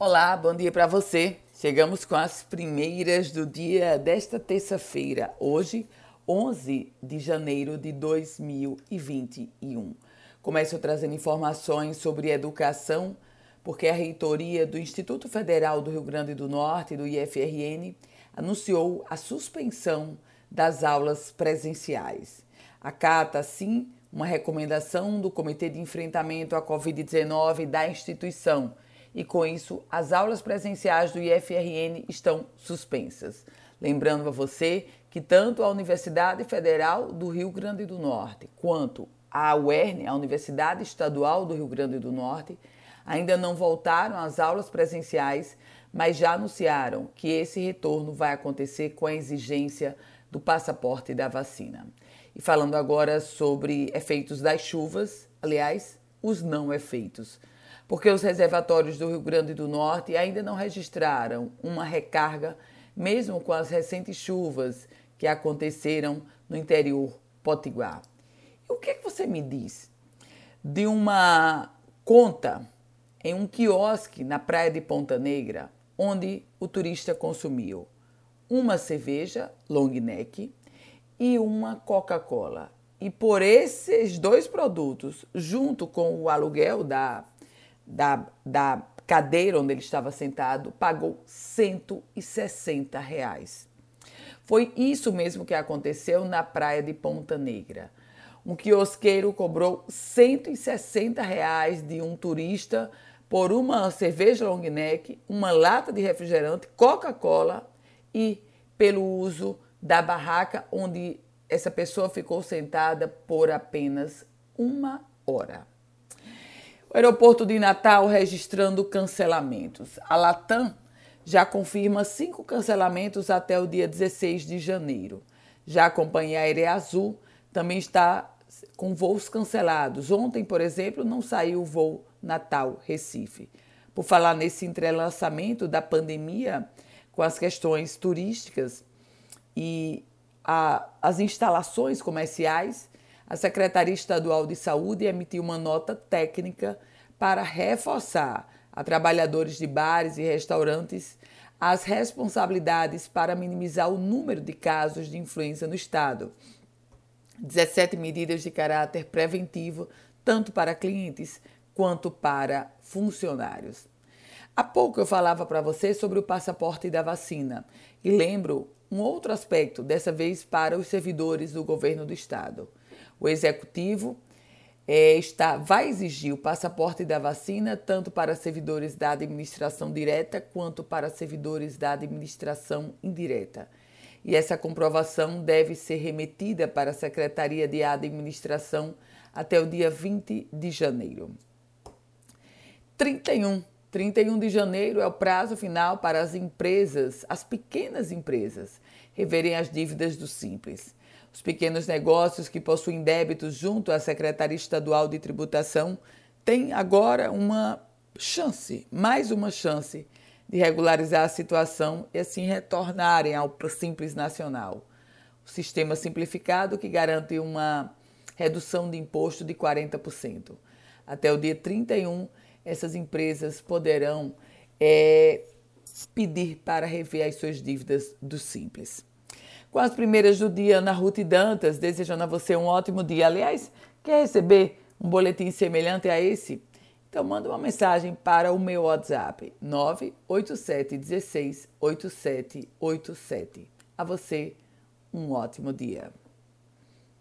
Olá, bom dia para você. Chegamos com as primeiras do dia desta terça-feira, hoje, 11 de janeiro de 2021. Começo trazendo informações sobre educação, porque a reitoria do Instituto Federal do Rio Grande do Norte, do IFRN, anunciou a suspensão das aulas presenciais. Acata, assim, uma recomendação do Comitê de Enfrentamento à Covid-19 da instituição, e com isso as aulas presenciais do IFRN estão suspensas. Lembrando a você que tanto a Universidade Federal do Rio Grande do Norte quanto a UERN, a Universidade Estadual do Rio Grande do Norte, ainda não voltaram às aulas presenciais, mas já anunciaram que esse retorno vai acontecer com a exigência do passaporte da vacina. E falando agora sobre efeitos das chuvas, aliás, os não efeitos, porque os reservatórios do Rio Grande do Norte ainda não registraram uma recarga, mesmo com as recentes chuvas que aconteceram no interior potiguar. E o que é que você me diz de uma conta em um quiosque na praia de Ponta Negra, onde o turista consumiu uma cerveja long neck e uma Coca-Cola? E por esses dois produtos, junto com o aluguel da cadeira onde ele estava sentado, pagou R$ 160. Foi isso mesmo que aconteceu na praia de Ponta Negra. Um quiosqueiro cobrou R$ 160 de um turista por uma cerveja long neck, uma lata de refrigerante, Coca-Cola e pelo uso da barraca onde essa pessoa ficou sentada por apenas 1 hora. O aeroporto de Natal registrando cancelamentos. A Latam já confirma 5 cancelamentos até o dia 16 de janeiro. Já a companhia aérea Azul também está com voos cancelados. Ontem, por exemplo, não saiu o voo Natal-Recife. Por falar nesse entrelaçamento da pandemia com as questões turísticas e as instalações comerciais, a Secretaria Estadual de Saúde emitiu uma nota técnica para reforçar a trabalhadores de bares e restaurantes as responsabilidades para minimizar o número de casos de influenza no estado. 17 medidas de caráter preventivo, tanto para clientes quanto para funcionários. Há pouco eu falava para você sobre o passaporte da vacina e lembro um outro aspecto, dessa vez para os servidores do governo do estado. O executivo vai exigir o passaporte da vacina tanto para servidores da administração direta quanto para servidores da administração indireta. E essa comprovação deve ser remetida para a Secretaria de Administração até o dia 20 de janeiro. 31 de janeiro é o prazo final para as empresas, as pequenas empresas, reverem as dívidas do Simples. Os pequenos negócios que possuem débitos junto à Secretaria Estadual de Tributação têm agora mais uma chance de regularizar a situação e assim retornarem ao Simples Nacional. O sistema simplificado que garante uma redução de imposto de 40%. Até o dia 31, essas empresas poderão pedir para rever as suas dívidas do Simples. Com as primeiras do dia, Ana Ruth Dantas, desejando a você um ótimo dia. Aliás, quer receber um boletim semelhante a esse? Então manda uma mensagem para o meu WhatsApp, 987 16 8787. A você, um ótimo dia.